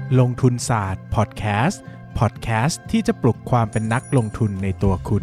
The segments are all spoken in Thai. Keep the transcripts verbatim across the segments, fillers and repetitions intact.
ลงทุนศาสตร์พอดแคสต์พอดแคสต์ที่จะปลุกความเป็นนักลงทุนในตัวคุณ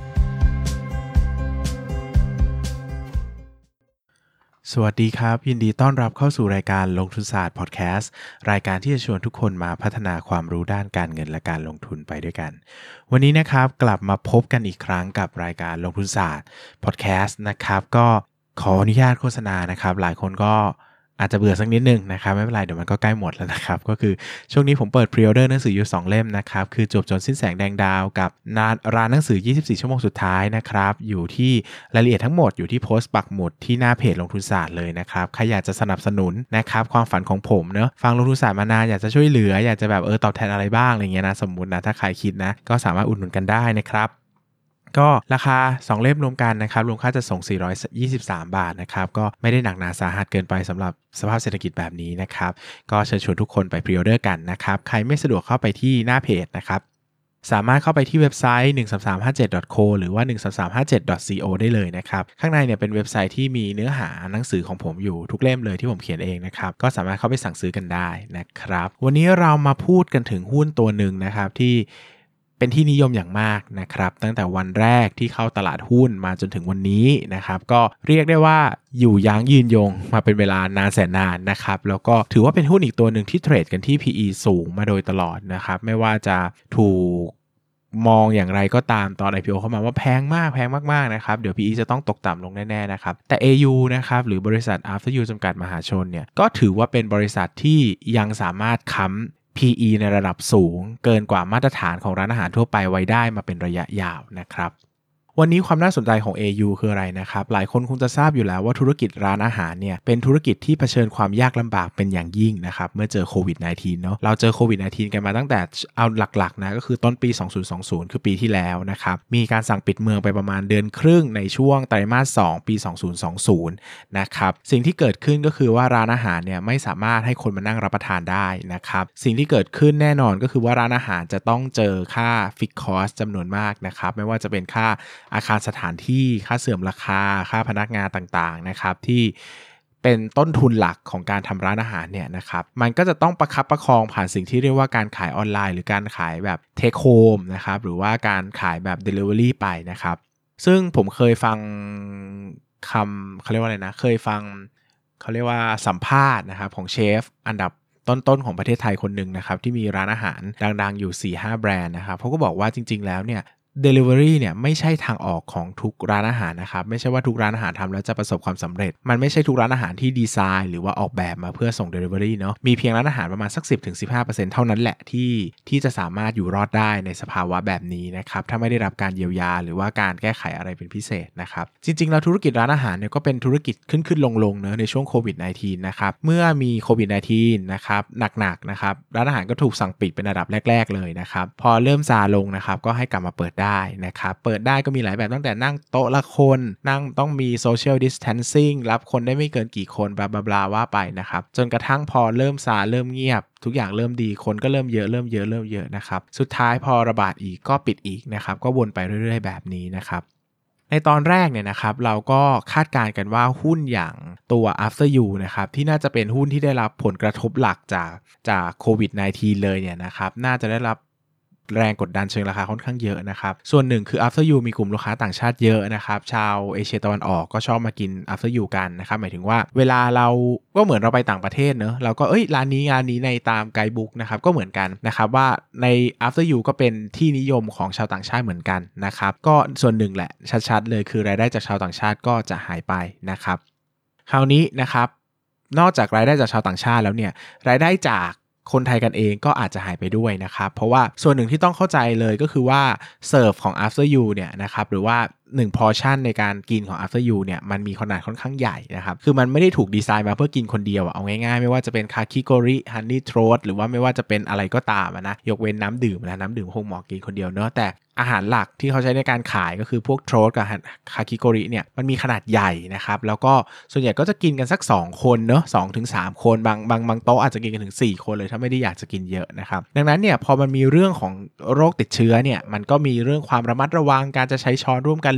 สวัสดีครับยินดีต้อนรับเข้าสู่รายการลงทุนศาสตร์พอดแคสต์รายการที่จะชวนทุกคนมาพัฒนาความรู้ด้านการเงินและการลงทุนไปด้วยกันวันนี้นะครับกลับมาพบกันอีกครั้งกับรายการลงทุนศาสตร์พอดแคสต์นะครับก็ขออนุญาตโฆษณานะครับหลายคนก็อาจจะเบื่อสักนิดนึงนะครับไม่เป็นไรเดี๋ยวมันก็ใกล้หมดแล้วนะครับก็คือช่วงนี้ผมเปิดพรีออเดอร์หนังสืออยู่สองเล่มนะครับคือจบจนสิ้นแสงแดงดาวกับร้านหนังสือยี่สิบสี่ชั่วโมงสุดท้ายนะครับอยู่ที่รายละเอียดทั้งหมดอยู่ที่โพสต์ปักหมุดที่หน้าเพจลงทุนศาสตร์เลยนะครับใครอยากจะสนับสนุนนะครับความฝันของผมเนอะฟังลงทุนศาสตร์มานานอยากจะช่วยเหลืออยากจะแบบเออตอบแทนอะไรบ้างอะไรเงี้ยนะสมมุตินะถ้าใครคิดนะก็สามารถอุดหนุนกันได้นะครับก็ราคาสองเล่มรวมกันนะครับรวมค่าจัดส่งสี่ร้อยยี่สิบสามบาทนะครับก็ไม่ได้หนักหนาสาหัสเกินไปสำหรับสภาพเศรษฐกิจแบบนี้นะครับก็เชิญชวนทุกคนไปพรีออเดอร์กันนะครับใครไม่สะดวกเข้าไปที่หน้าเพจนะครับสามารถเข้าไปที่เว็บไซต์ หนึ่ง สาม สาม ห้า เจ็ด ดอท โค หรือว่า หนึ่ง สาม สาม ห้า เจ็ด ดอท ซี โอ ได้เลยนะครับข้างในเนี่ยเป็นเว็บไซต์ที่มีเนื้อหาหนังสือของผมอยู่ทุกเล่มเลยที่ผมเขียนเองนะครับก็สามารถเข้าไปสั่งซื้อกันได้นะครับวันนี้เรามาพูดกันถึงหุ้นตัวหนึ่งนะครับที่เป็นที่นิยมอย่างมากนะครับตั้งแต่วันแรกที่เข้าตลาดหุ้นมาจนถึงวันนี้นะครับก็เรียกได้ว่าอยู่ยั้งยืนยงมาเป็นเวลานานแสนนานนะครับแล้วก็ถือว่าเป็นหุ้นอีกตัวหนึ่งที่เทรดกันที่ พี อี สูงมาโดยตลอดนะครับไม่ว่าจะถูกมองอย่างไรก็ตามตอน ไอ พี โอ เข้ามาว่าแพงมากแพงมากๆนะครับเดี๋ยว พี อี จะต้องตกต่ำลงแน่ๆนะครับแต่ เอ ยู นะครับหรือบริษัท After You จำกัดมหาชนเนี่ยก็ถือว่าเป็นบริษัทที่ยังสามารถค้ำพี อี ในระดับสูงเกินกว่ามาตรฐานของร้านอาหารทั่วไปไว้ได้มาเป็นระยะยาวนะครับวันนี้ความน่าสนใจของ เอ ยู คืออะไรนะครับหลายคนคงจะทราบอยู่แล้วว่าธุรกิจร้านอาหารเนี่ยเป็นธุรกิจที่เผชิญความยากลำบากเป็นอย่างยิ่งนะครับเมื่อเจอโควิด สิบเก้า เนาะเราเจอโควิด สิบเก้า กันมาตั้งแต่เอาหลักๆนะก็คือต้นปีสองพันยี่สิบคือปีที่แล้วนะครับมีการสั่งปิดเมืองไปประมาณเดือนครึ่งในช่วงไตรมาสสองปีสองพันยี่สิบนะครับสิ่งที่เกิดขึ้นก็คือว่าร้านอาหารเนี่ยไม่สามารถให้คนมานั่งรับประทานได้นะครับสิ่งที่เกิดขึ้นแน่นอนก็คือว่าร้านอาหารจะต้องเจอค่าฟิกคอสจำนวนมากนะครับไม่ว่าจะเป็นค่าอาคารสถานที่ค่าเสื่อมราคาค่าพนักงานต่างๆนะครับที่เป็นต้นทุนหลักของการทำร้านอาหารเนี่ยนะครับมันก็จะต้องประคับประคองผ่านสิ่งที่เรียกว่าการขายออนไลน์หรือการขายแบบเทคโฮมนะครับหรือว่าการขายแบบ Delivery ไปนะครับซึ่งผมเคยฟังคำเขาเรียกว่าอะไรนะเคยฟังเขาเรียกว่าสัมภาษณ์นะครับของเชฟอันดับต้นๆของประเทศไทยคนหนึ่งนะครับที่มีร้านอาหารดังๆอยู่ สี่ห้า แบรนด์นะครับเขาก็บอกว่าจริงๆแล้วเนี่ยDelivery เนี่ยไม่ใช่ทางออกของทุกร้านอาหารนะครับไม่ใช่ว่าทุกร้านอาหารทำแล้วจะประสบความสำเร็จมันไม่ใช่ทุกร้านอาหารที่ดีไซน์หรือว่าออกแบบมาเพื่อส่ง Delivery เนาะมีเพียงร้านอาหารประมาณสัก สิบถึงสิบห้าเปอร์เซ็นต์ เท่านั้นแหละที่ที่จะสามารถอยู่รอดได้ในสภาวะแบบนี้นะครับถ้าไม่ได้รับการเยียวยาหรือว่าการแก้ไขอะไรเป็นพิเศษนะครับจริงๆแล้วธุรกิจร้านอาหารเนี่ยก็เป็นธุรกิจขึ้นๆลงๆเนอะในช่วงโควิด สิบเก้า นะครับเมื่อมีโควิด สิบเก้า นะครับหนักๆนะครับร้านอาหารก็ถูกสั่งปิดเป็นอันดับแรกๆเลยนะครับพอเริ่มซาลงนะครับก็ให้กลับมาเปิดได้นะครับเปิดได้ก็มีหลายแบบตั้งแต่นั่งโต๊ะละคนนั่งต้องมี social distancing รับคนได้ไม่เกินกี่คนบลาบลาว่าไปนะครับจนกระทั่งพอเริ่มซาเริ่มเงียบทุกอย่างเริ่มดีคนก็เริ่มเยอะเริ่มเยอะเริ่มเยอะนะครับสุดท้ายพอระบาดอีกก็ปิดอีกนะครับก็วนไปเรื่อยๆแบบนี้นะครับในตอนแรกเนี่ยนะครับเราก็คาดการณ์กันว่าหุ้นอย่างตัว After You นะครับที่น่าจะเป็นหุ้นที่ได้รับผลกระทบหลักจากจากโควิด สิบเก้า เลยเนี่ยนะครับน่าจะได้รับแรงกดดันเชิงราคาค่อนข้างเยอะนะครับส่วนหนึ่งคือ After You มีกลุ่มลูกค้าต่างชาติเยอะนะครับชาวเอเชียตะวันออกก็ชอบมากิน After You กันนะครับหมายถึงว่าเวลาเราก็เหมือนเราไปต่างประเทศเนอะเราก็เอ้ยร้านนี้ร้านนี้ในตามไกด์บุ๊กนะครับก็เหมือนกันนะครับว่าใน After You ก็เป็นที่นิยมของชาวต่างชาติเหมือนกันนะครับก็ส่วนหนึ่งแหละชัดๆเลยคือรายได้จากชาวต่างชาติก็จะหายไปนะครับคราวนี้นะครับนอกจากรายได้จากชาวต่างชาติแล้วเนี่ยรายได้จากคนไทยกันเองก็อาจจะหายไปด้วยนะครับเพราะว่าส่วนหนึ่งที่ต้องเข้าใจเลยก็คือว่าเสิร์ฟของ After You เนี่ยนะครับหรือว่าหนึ่ง portion ในการกินของ After You เนี่ยมันมีขนาดค่อนข้างใหญ่นะครับคือมันไม่ได้ถูกดีไซน์มาเพื่อกินคนเดียวเอาง่ายๆไม่ว่าจะเป็นคาคิโกริฮันนี่โทรสหรือว่าไม่ว่าจะเป็นอะไรก็ตามนะยกเว้นน้ำดื่มนะน้ำดื่มคงเหมาะกินคนเดียวเนอะแต่อาหารหลักที่เขาใช้ในการขายก็คือพวกโทรสกับคาคิโกริเนี่ยมันมีขนาดใหญ่นะครับแล้วก็ส่วนใหญ่ก็จะกินกันสักสองคนเนอะ สองถึงสาม คนบางบางบางโต๊ะอาจจะกินกันถึงสี่คนเลยถ้าไม่ได้อยากจะกินเยอะนะครับดังนั้นเนี่ยพอมันมีเรื่องของโรคติดเชื้อเนี่ยมันก็มีเรื่องความระมัดระวังการจะใช้ช้อนร่วมกันห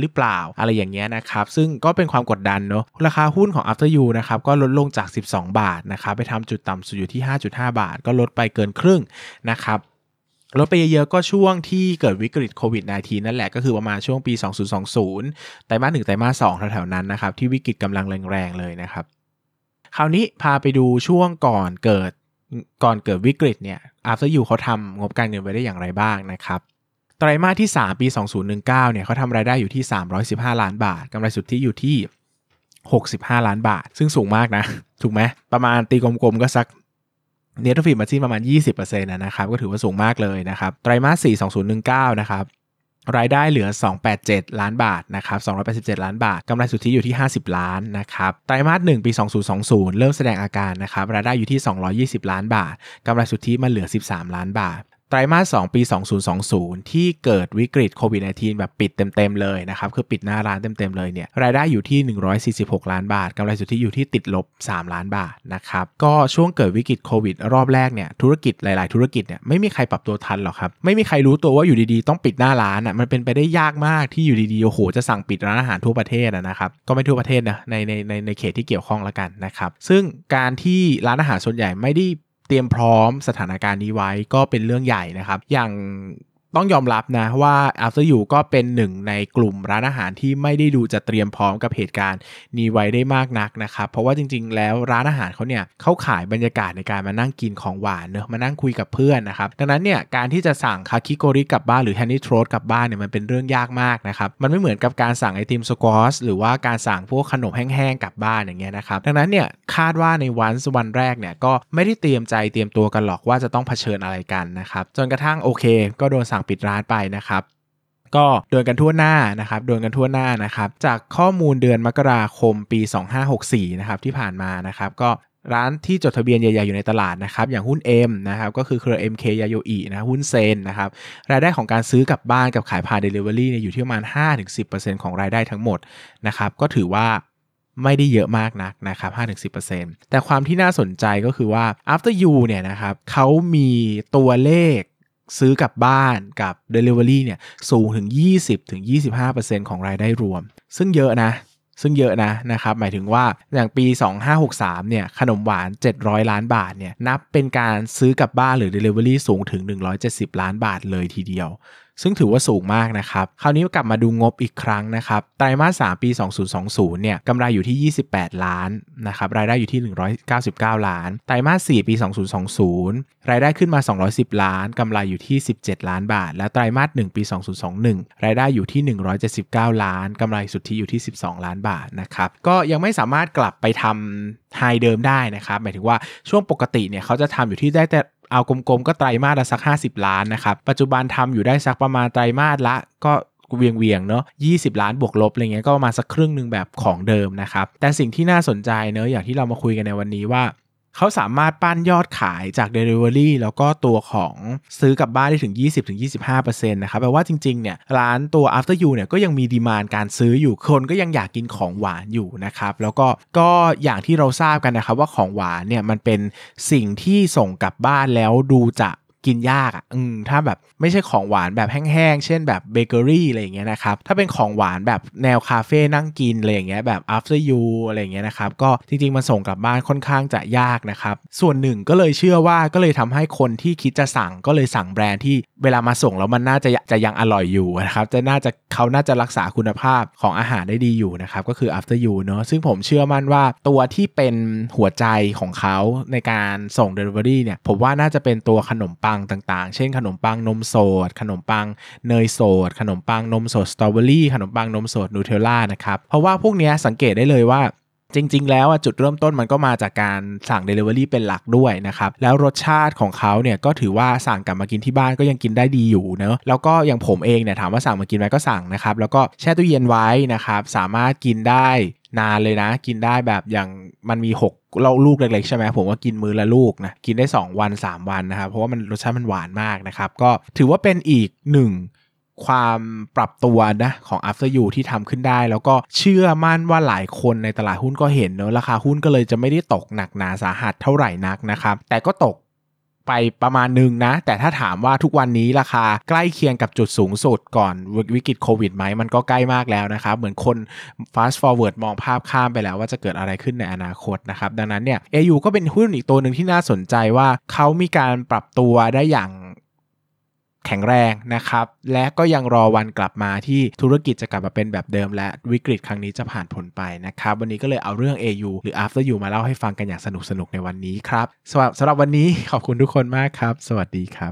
หรือเปล่าอะไรอย่างเงี้ยนะครับซึ่งก็เป็นความกดดันเนาะราคาหุ้นของ After You นะครับก็ลดลงจากสิบสองบาทนะครับไปทำจุดต่ำสุดอยู่ที่ ห้าจุดห้า บาทก็ลดไปเกินครึ่งนะครับลดไปเยอะๆก็ช่วงที่เกิดวิกฤตโควิด สิบเก้า นั่นแหละก็คือประมาณช่วงปีสองพันยี่สิบไตรมาสหนึ่งไตรมาสสองแถวๆนั้นนะครับที่วิกฤตกำลังแรงๆเลยนะครับคราวนี้พาไปดูช่วงก่อนเกิดก่อนเกิดวิกฤตเนี่ย After You เขาทำงบการเงินไว้ได้อย่างไรบ้างนะครับไตรมาสที่สามปีสองพันสิบเก้าเนี่ยเขาทำรายได้อยู่ที่สามร้อยสิบห้าล้านบาทกำไรสุทธิอยู่ที่หกสิบห้าล้านบาทซึ่งสูงมากนะถูกไหมประมาณตีกลมๆก็สักNet Profit Margin ประมาณ ยี่สิบเปอร์เซ็นต์ นะครับก็ถือว่าสูงมากเลยนะครับไตรมาสสี่สองพันสิบเก้านะครับรายได้เหลือสองร้อยแปดสิบเจ็ดล้านบาทนะครับสองร้อยแปดสิบเจ็ดล้านบาทกำไรสุทธิอยู่ที่ห้าสิบล้านนะครับไตรมาสหนึ่งปีสองพันยี่สิบเริ่มแสดงอาการนะครับรายได้อยู่ที่สองร้อยยี่สิบล้านบาทกำไรสุทธิมาเหลือสิบสามล้านบาทไตรมาสสองปีสองพันยี่สิบที่เกิดวิกฤตโควิด สิบเก้า แบบปิดเต็มๆเลยนะครับคือปิดหน้าร้านเต็มๆเลยเนี่ยรายได้อยู่ที่หนึ่งร้อยสี่สิบหกล้านบาทกำไรสุทธิอยู่ที่ติดลบสามล้านบาทนะครับก็ช่วงเกิดวิกฤตโควิดรอบแรกเนี่ยธุรกิจหลายๆธุรกิจเนี่ยไม่มีใครปรับตัวทันหรอกครับไม่มีใครรู้ตัวว่าอยู่ดีๆต้องปิดหน้าร้านอ่ะมันเป็นไปได้ยากมากที่อยู่ดีๆโอ้โหจะสั่งปิดร้านอาหารทั่วประเทศนะครับก็ไม่ทั่วประเทศนะในในในในเขตที่เกี่ยวข้องแล้วกันนะครับซึ่งการที่ร้านอาหารส่วนใหญ่ไม่ได้เตรียมพร้อมสถานการณ์นี้ไว้ก็เป็นเรื่องใหญ่นะครับอย่างต้องยอมรับนะว่า After You ก็เป็นหนึ่งในกลุ่มร้านอาหารที่ไม่ได้ดูจะเตรียมพร้อมกับเหตุการณ์นี้ไว้ได้มากนักนะครับเพราะว่าจริงๆแล้วร้านอาหารเขาเนี่ยเขาขายบรรยากาศในการมานั่งกินของหวานเนอะมานั่งคุยกับเพื่อนนะครับดังนั้นเนี่ยการที่จะสั่งคาคิโกริกลับบ้านหรือแฮนนี่โทรสกลับบ้านเนี่ยมันเป็นเรื่องยากมากนะครับมันไม่เหมือนกับการสั่งไอติมสควอชหรือว่าการสั่งพวกขนมแห้งๆกลับบ้านอย่างเงี้ยนะครับดังนั้นเนี่ยคาดว่าในวันวันแรกเนี่ยก็ไม่ได้เตรียมใจเตรียมตัวกันหรอกว่าจะต้องเผชิญอะไรกันนะครับจนกระทั่งโอเคก็โดนสั่งปิดร้านไปนะครับก็โดนกันทั่วหน้านะครับโดนกันทั่วหน้านะครับจากข้อมูลเดือนมกราคมปีสองพันห้าร้อยหกสิบสี่นะครับที่ผ่านมานะครับก็ร้านที่จดทะเบียนใหญ่ๆอยู่ในตลาดนะครับอย่างหุ้น M นะครับก็คือเครือ เอ็ม เค Yayoi นะหุ้นเซนนะครับรายได้ของการซื้อกลับบ้านกับขายผ่าน Delivery เนี่ยอยู่ที่ประมาณ ห้าถึงสิบเปอร์เซ็นต์ ของรายได้ทั้งหมดนะครับก็ถือว่าไม่ได้เยอะมากนักนะครับ ห้าถึงสิบเปอร์เซ็นต์ แต่ความที่น่าสนใจก็คือว่า After You เนี่ยนะครับเขามีตัวเลขซื้อกลับบ้านกับ Delivery เนี่ยสูงถึง ยี่สิบถึงยี่สิบห้าเปอร์เซ็นต์ ของรายได้รวมซึ่งเยอะนะซึ่งเยอะนะนะครับหมายถึงว่าอย่างปีสองพันห้าร้อยหกสิบสามเนี่ยขนมหวานเจ็ดร้อยล้านบาทเนี่ยนับเป็นการซื้อกลับบ้านหรือ Delivery สูงถึงหนึ่งร้อยเจ็ดสิบล้านบาทเลยทีเดียวซึ่งถือว่าสูงมากนะครับคราวนี้กลับมาดูงบอีกครั้งนะครับไตรมาสสามปีสองพันยี่สิบเนี่ยกำไรอยู่ที่ยี่สิบแปดล้านนะครับรายได้อยู่ที่หนึ่งร้อยเก้าสิบเก้าล้านไตรมาสสี่ปีสองพันยี่สิบรายได้ขึ้นมาสองร้อยสิบล้านกำไรอยู่ที่สิบเจ็ดล้านบาทและไตรมาสหนึ่งปีสองพันยี่สิบเอ็ดรายได้อยู่ที่หนึ่งร้อยเจ็ดสิบเก้าล้านกำไรสุทธิอยู่ที่สิบสองล้านบาทนะครับก็ยังไม่สามารถกลับไปทำไฮเดิมได้นะครับหมายถึงว่าช่วงปกติเนี่ยเขาจะทำอยู่ที่ได้แต่เอากลมๆก็ไตรมาสละสักห้าสิบล้านนะครับปัจจุบันทำอยู่ได้สักประมาณไตรมาสละก็เวียงเวียงเนาะยี่สิบล้านบวกลบอะไรเงี้ยก็ประมาณสักครึ่งนึงแบบของเดิมนะครับแต่สิ่งที่น่าสนใจเนอะอย่างที่เรามาคุยกันในวันนี้ว่าเขาสามารถปั้นยอดขายจาก Delivery แล้วก็ตัวของซื้อกลับบ้านได้ถึง ยี่สิบถึงยี่สิบห้าเปอร์เซ็นต์ นะครับแปลว่าจริงๆเนี่ยร้านตัว After You เนี่ยก็ยังมีดีมานด์การซื้ออยู่คนก็ยังอยากกินของหวานอยู่นะครับแล้วก็ก็อย่างที่เราทราบกันนะครับว่าของหวานเนี่ยมันเป็นสิ่งที่ส่งกลับบ้านแล้วดูจะกินยากอ่ะอืมถ้าแบบไม่ใช่ของหวานแบบแห้งๆเช่นแบบเบเกอรี่อะไรอย่างเงี้ยนะครับถ้าเป็นของหวานแบบแนวคาเฟ่นั่งกินอะไรอย่างเงี้ยแบบ After You อะไรอย่างเงี้ยนะครับก็จริงๆมันส่งกลับบ้านค่อนข้างจะยากนะครับส่วนหนึ่งก็เลยเชื่อว่าก็เลยทำให้คนที่คิดจะสั่งก็เลยสั่งแบรนด์ที่เวลามาส่งแล้วมันน่าจะจะยังอร่อยอยู่นะครับจะน่าจะเขาน่าจะรักษาคุณภาพของอาหารได้ดีอยู่นะครับก็คือ After You เนอะซึ่งผมเชื่อมั่นว่าตัวที่เป็นหัวใจของเขาในการส่ง Delivery เนี่ยผมว่าน่าจะเป็นตัวขนมปังต่างๆเช่นขนมปังนมสดขนมปังเนยสดขนมปังนมสดสตรอเบอรี่ขนมปังนมสดนูเทลล่านะครับเพราะว่าพวกนี้สังเกตได้เลยว่าจริงๆแล้วจุดเริ่มต้นมันก็มาจากการสั่ง Delivery เป็นหลักด้วยนะครับแล้วรสชาติของเขาเนี่ยก็ถือว่าสั่งกลับมากินที่บ้านก็ยังกินได้ดีอยู่เนอะแล้วก็อย่างผมเองเนี่ยถามว่าสั่งมากินไหมก็สั่งนะครับแล้วก็แช่ตู้เย็นไว้นะครับสามารถกินได้นานเลยนะกินได้แบบอย่างมันมีหกเราลูกเล็กๆใช่ไหมผมก็กินมื้อละลูกนะกินได้สองวันสามวันนะครับเพราะว่ามันรสชาติมันหวานมากนะครับก็ถือว่าเป็นอีกหนึ่งความปรับตัวนะของ After You ที่ทำขึ้นได้แล้วก็เชื่อมั่นว่าหลายคนในตลาดหุ้นก็เห็นเนอะราคาหุ้นก็เลยจะไม่ได้ตกหนักหนาสาหัสเท่าไหร่นักนะครับแต่ก็ตกไปประมาณนึงนะแต่ถ้าถามว่าทุกวันนี้ราคาใกล้เคียงกับจุดสูงสุดก่อนวิกฤตโควิดไหมมันก็ใกล้มากแล้วนะครับเหมือนคน fast forward มองภาพข้ามไปแล้วว่าจะเกิดอะไรขึ้นในอนาคตนะครับดังนั้นเนี่ย เอ ยู ก็เป็นหุ้นอีกตัวหนึ่งที่น่าสนใจว่าเขามีการปรับตัวได้อย่างแข็งแรงนะครับและก็ยังรอวันกลับมาที่ธุรกิจจะกลับมาเป็นแบบเดิมและวิกฤตครั้งนี้จะผ่านพ้นไปนะครับวันนี้ก็เลยเอาเรื่อง เอ ยู หรือ After You มาเล่าให้ฟังกันอย่างสนุกสนุกในวันนี้ครับสำหรับสำหรับวันนี้ขอบคุณทุกคนมากครับสวัสดีครับ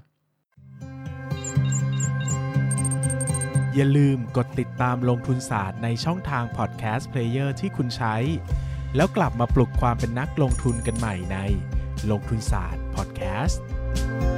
อย่าลืมกดติดตามลงทุนศาสตร์ในช่องทาง Podcast Player ที่คุณใช้แล้วกลับมาปลุกความเป็นนักลงทุนกันใหม่ในลงทุนศาสตร์ Podcast